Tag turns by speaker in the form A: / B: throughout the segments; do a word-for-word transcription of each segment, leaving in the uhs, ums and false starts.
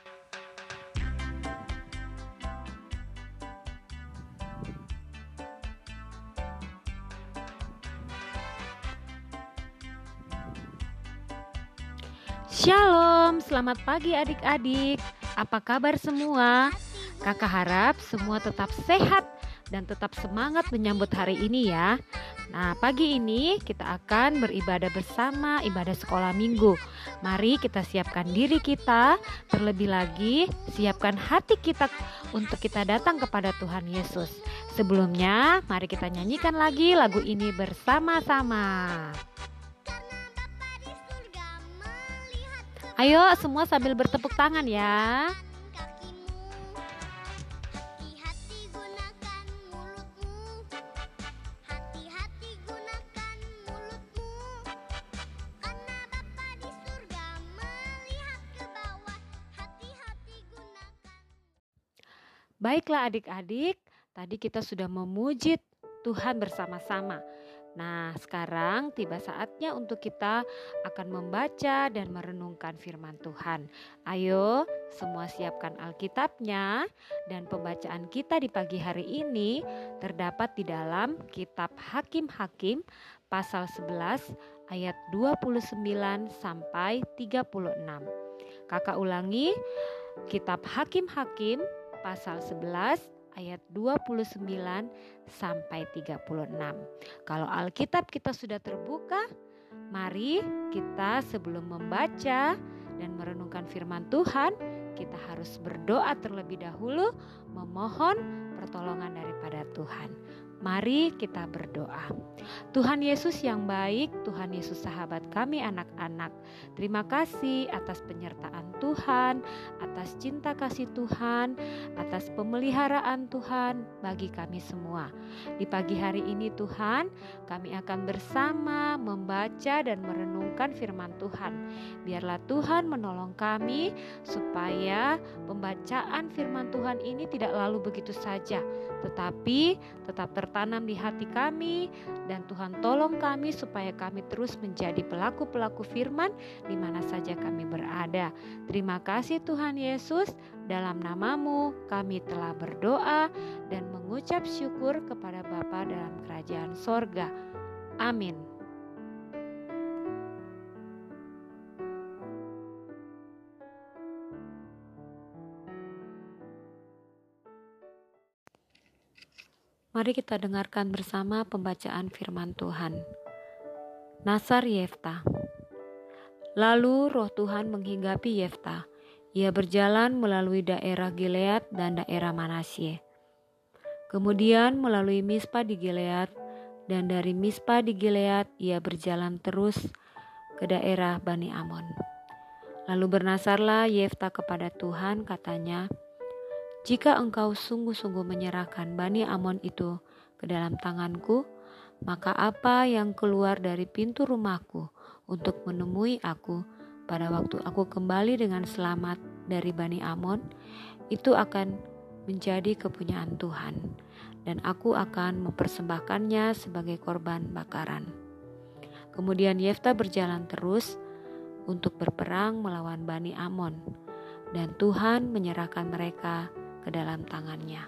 A: Shalom, selamat pagi adik-adik. Apa kabar semua? Kakak harap semua tetap sehat dan tetap semangat menyambut hari ini ya. Nah, pagi ini kita akan beribadah bersama ibadah sekolah minggu. Mari kita siapkan diri kita, terlebih lagi siapkan hati kita untuk kita datang kepada Tuhan Yesus. Sebelumnya, mari kita nyanyikan lagi lagu ini bersama-sama. Ayo semua sambil bertepuk tangan ya. Baiklah adik-adik, tadi kita sudah memuji Tuhan bersama-sama. Nah, sekarang tiba saatnya untuk kita akan membaca dan merenungkan firman Tuhan. Ayo, semua siapkan Alkitabnya, dan pembacaan kita di pagi hari ini terdapat di dalam kitab Hakim-Hakim pasal sebelas ayat dua puluh sembilan sampai tiga puluh enam. Kakak ulangi, kitab Hakim-Hakim pasal sebelas ayat dua puluh sembilan sampai tiga puluh enam. Kalau Alkitab kita sudah terbuka, mari kita sebelum membaca dan merenungkan firman Tuhan, kita harus berdoa terlebih dahulu, memohon pertolongan daripada Tuhan. Mari kita berdoa. Tuhan Yesus yang baik, Tuhan Yesus sahabat kami anak-anak, terima kasih atas penyertaan Tuhan, atas cinta kasih Tuhan, atas pemeliharaan Tuhan bagi kami semua. Di pagi hari ini Tuhan, kami akan bersama membaca dan merenungkan firman Tuhan. Biarlah Tuhan menolong kami supaya pembacaan firman Tuhan ini tidak lalu begitu saja, tetapi tetap tertanam di hati kami, dan Tuhan tolong kami supaya kami terus menjadi pelaku-pelaku firman di mana saja kami berada. Terima kasih Tuhan Yesus, dalam namamu kami telah berdoa dan mengucap syukur kepada Bapa dalam kerajaan sorga. Amin. Mari kita dengarkan bersama pembacaan firman Tuhan. Nasar Yeftah. Lalu roh Tuhan menghinggapi Yeftah. Ia berjalan melalui daerah Gilead dan daerah Manasye. Kemudian melalui Mispa di Gilead, dan dari Mispa di Gilead ia berjalan terus ke daerah Bani Amon. Lalu bernasarlah Yeftah kepada Tuhan, katanya, "Jika engkau sungguh-sungguh menyerahkan Bani Amon itu ke dalam tanganku, maka apa yang keluar dari pintu rumahku untuk menemui aku pada waktu aku kembali dengan selamat dari Bani Amon, itu akan menjadi kepunyaan Tuhan, dan aku akan mempersembahkannya sebagai korban bakaran." Kemudian Yeftah berjalan terus untuk berperang melawan Bani Amon, dan Tuhan menyerahkan mereka ke dalam tangannya.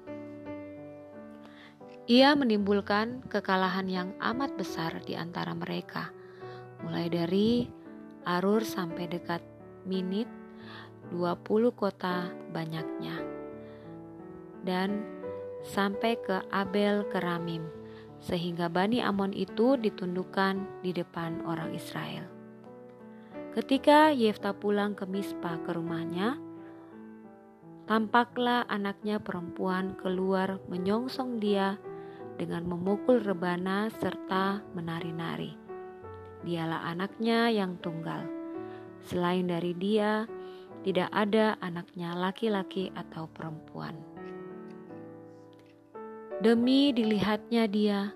A: Ia menimbulkan kekalahan yang amat besar di antara mereka, mulai dari Arur sampai dekat Minit, dua puluh kota banyaknya, dan sampai ke Abel Keramim, sehingga Bani Amon itu ditundukkan di depan orang Israel. Ketika Yeftah pulang ke Mispa ke rumahnya, tampaklah anaknya perempuan keluar menyongsong dia dengan memukul rebana serta menari-nari. Dialah anaknya yang tunggal. Selain dari dia, tidak ada anaknya laki-laki atau perempuan. Demi dilihatnya dia,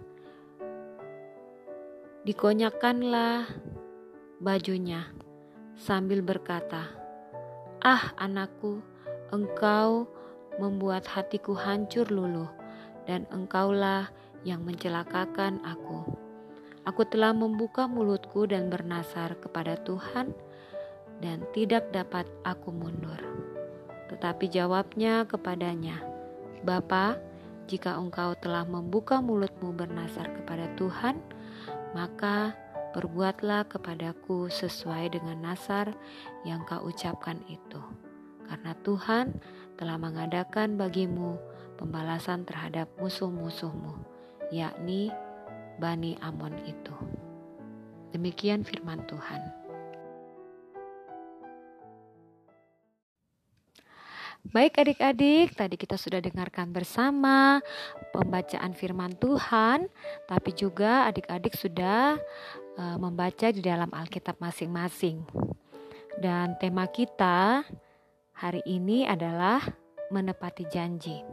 A: dikonyakkanlah bajunya sambil berkata, "Ah anakku, engkau membuat hatiku hancur luluh, dan engkaulah yang mencelakakan aku. Aku telah membuka mulutku dan bernasar kepada Tuhan, dan tidak dapat aku mundur." Tetapi jawabnya kepadanya, "Bapa, jika engkau telah membuka mulutmu bernasar kepada Tuhan, maka berbuatlah kepadaku sesuai dengan nasar yang kau ucapkan itu. Karena Tuhan telah mengadakan bagimu pembalasan terhadap musuh-musuhmu, yakni Bani Amon itu." Demikian firman Tuhan. Baik adik-adik, tadi kita sudah dengarkan bersama pembacaan firman Tuhan, tapi juga adik-adik sudah uh, membaca di dalam Alkitab masing-masing. Dan tema kita hari ini adalah menepati janji.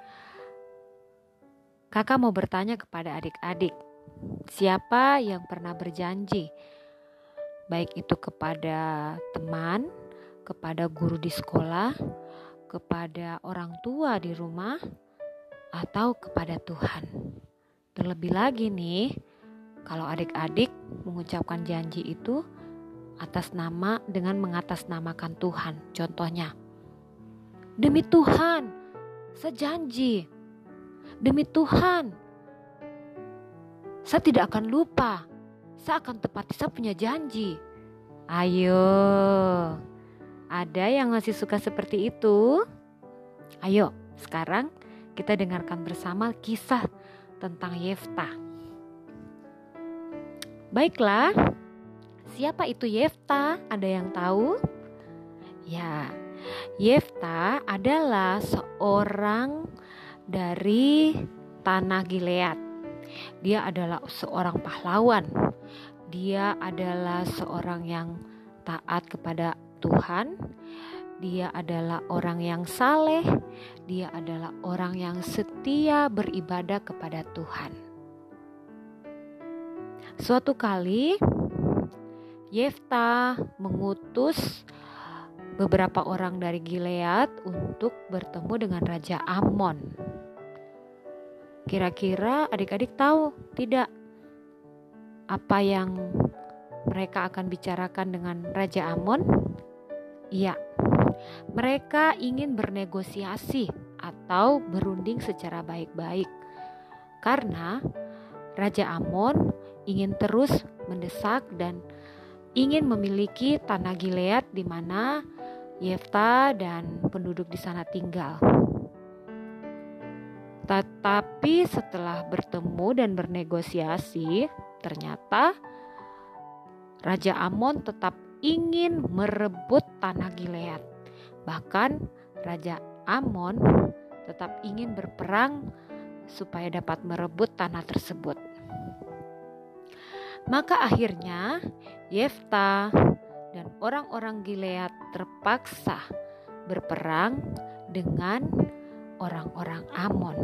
A: Kakak mau bertanya kepada adik-adik, siapa yang pernah berjanji? Baik itu kepada teman, kepada guru di sekolah, kepada orang tua di rumah, atau kepada Tuhan. Terlebih lagi nih, kalau adik-adik mengucapkan janji itu atas nama dengan mengatasnamakan Tuhan. Contohnya, demi Tuhan, saya janji. Demi Tuhan, saya tidak akan lupa. Saya akan tepati saya punya janji. Ayo. Ada yang masih suka seperti itu? Ayo, sekarang kita dengarkan bersama kisah tentang Yefta. Baiklah, siapa itu Yefta? Ada yang tahu? Ya, Yefta adalah seorang dari tanah Gilead. Dia adalah seorang pahlawan. Dia adalah seorang yang taat kepada Tuhan. Dia adalah orang yang saleh. Dia adalah orang yang setia beribadah kepada Tuhan. Suatu kali Yefta mengutus beberapa orang dari Gilead untuk bertemu dengan Raja Amon. Kira-kira adik-adik tahu tidak apa yang mereka akan bicarakan dengan Raja Amon? Iya, mereka ingin bernegosiasi atau berunding secara baik-baik. Karena Raja Amon ingin terus mendesak dan ingin memiliki tanah Gilead di mana Yefta dan penduduk di sana tinggal. Tetapi setelah bertemu dan bernegosiasi, ternyata Raja Amon tetap ingin merebut tanah Gilead. Bahkan Raja Amon tetap ingin berperang supaya dapat merebut tanah tersebut. Maka akhirnya Yefta dan orang-orang Gilead terpaksa berperang dengan orang-orang Amon.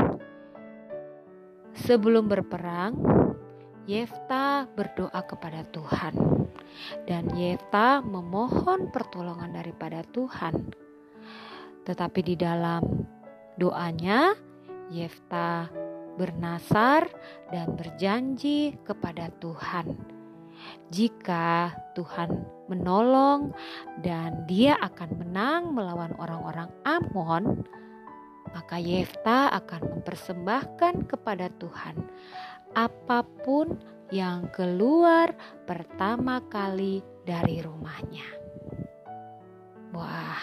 A: Sebelum berperang, Yefta berdoa kepada Tuhan, dan Yefta memohon pertolongan daripada Tuhan. Tetapi di dalam doanya, Yefta bernasar dan berjanji kepada Tuhan. Jika Tuhan menolong dan dia akan menang melawan orang-orang Amon, maka Yefta akan mempersembahkan kepada Tuhan apapun yang keluar pertama kali dari rumahnya. Wah,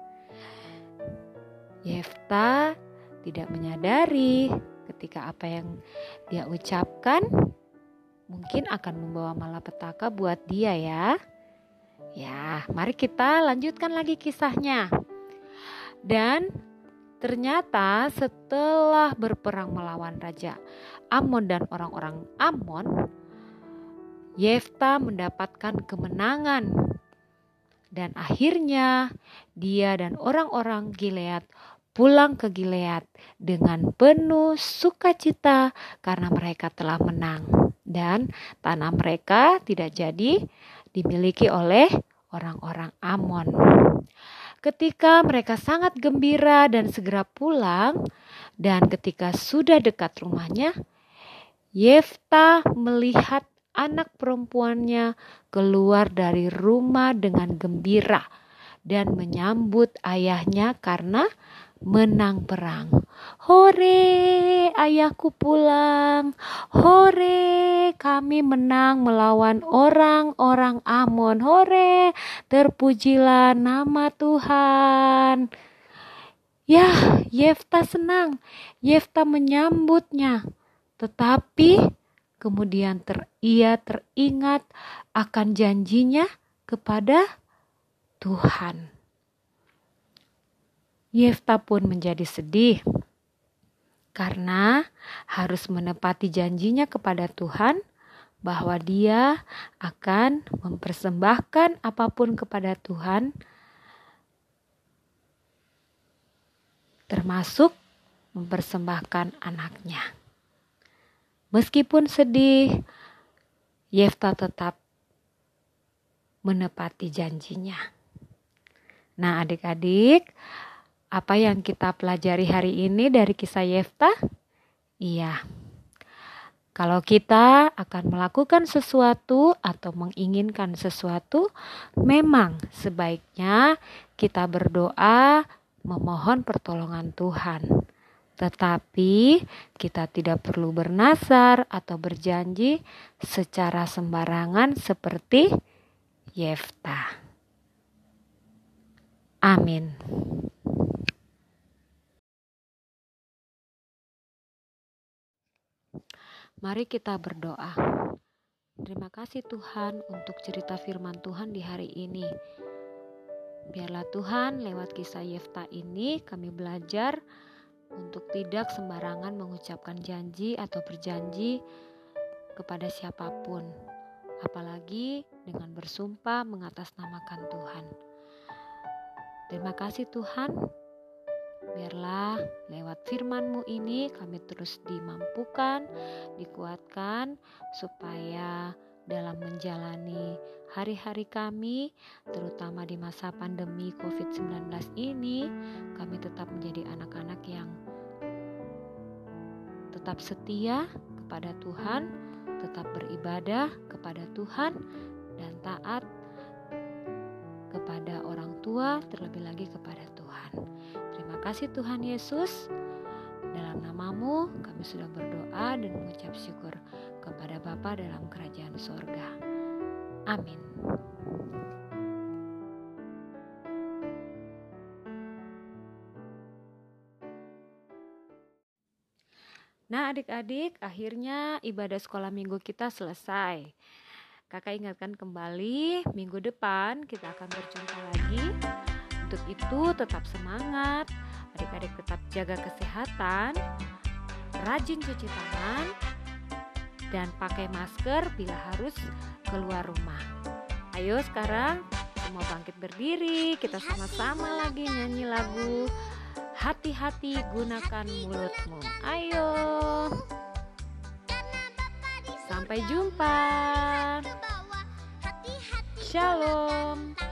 A: Yefta tidak menyadari ketika apa yang dia ucapkan mungkin akan membawa malapetaka buat dia ya. Ya, mari kita lanjutkan lagi kisahnya. Dan ternyata setelah berperang melawan Raja Amon dan orang-orang Amon, Yefta mendapatkan kemenangan. Dan akhirnya dia dan orang-orang Gilead pulang ke Gilead dengan penuh sukacita karena mereka telah menang. Dan tanah mereka tidak jadi dimiliki oleh orang-orang Amon. Ketika mereka sangat gembira dan segera pulang, dan ketika sudah dekat rumahnya, Yefta melihat anak perempuannya keluar dari rumah dengan gembira dan menyambut ayahnya karena menang perang. Hore, ayahku pulang. Hore, kami menang melawan orang-orang Amon. Hore, terpujilah nama Tuhan. Ya, Yefta senang. Yefta menyambutnya. Tetapi kemudian ter, ia teringat akan janjinya kepada Tuhan. Yefta pun menjadi sedih karena harus menepati janjinya kepada Tuhan bahwa dia akan mempersembahkan apapun kepada Tuhan, termasuk mempersembahkan anaknya. Meskipun sedih, Yefta tetap menepati janjinya. Nah, adik-adik, apa yang kita pelajari hari ini dari kisah Yefta? Iya, kalau kita akan melakukan sesuatu atau menginginkan sesuatu, memang sebaiknya kita berdoa memohon pertolongan Tuhan. Tetapi kita tidak perlu bernazar atau berjanji secara sembarangan seperti Yefta. Amin. Mari kita berdoa. Terima kasih Tuhan untuk cerita firman Tuhan di hari ini. Biarlah Tuhan lewat kisah Yefta ini kami belajar untuk tidak sembarangan mengucapkan janji atau berjanji kepada siapapun. Apalagi dengan bersumpah mengatasnamakan Tuhan. Terima kasih Tuhan. Biarlah lewat firman-Mu ini kami terus dimampukan, dikuatkan supaya dalam menjalani hari-hari kami, terutama di masa pandemi covid sembilan belas ini, kami tetap menjadi anak-anak yang tetap setia kepada Tuhan, tetap beribadah kepada Tuhan, dan taat kepada orang tua, terlebih lagi kepada Tuhan. Terima kasih Tuhan Yesus. Dalam nama-Mu kami sudah berdoa dan mengucap syukur kepada Bapa dalam kerajaan sorga. Amin. Nah adik-adik, akhirnya ibadah sekolah minggu kita selesai. Kakak ingatkan kembali, minggu depan kita akan berjumpa lagi. Untuk itu tetap semangat, adik-adik tetap jaga kesehatan, rajin cuci tangan, dan pakai masker bila harus keluar rumah. Ayo sekarang semua bangkit berdiri, kita sama-sama lagi nyanyi lagu Hati-hati gunakan mulutmu. Ayo, sampai jumpa. Shalom.